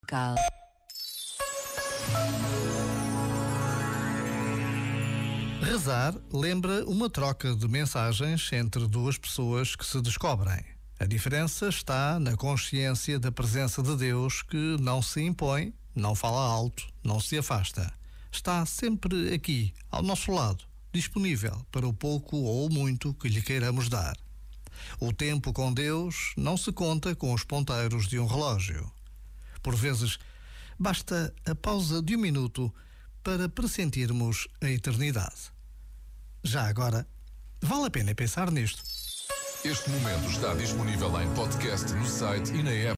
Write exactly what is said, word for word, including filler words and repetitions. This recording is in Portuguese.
musical. Rezar lembra uma troca de mensagens entre duas pessoas que se descobrem. A diferença está na consciência da presença de Deus, que não se impõe, não fala alto, não se afasta. Está sempre aqui, ao nosso lado, disponível para o pouco ou o muito que lhe queiramos dar. O tempo com Deus não se conta com os ponteiros de um relógio. Por vezes, basta a pausa de um minuto para pressentirmos a eternidade. Já agora, vale a pena pensar nisto. Este momento está disponível em podcast no site e na app.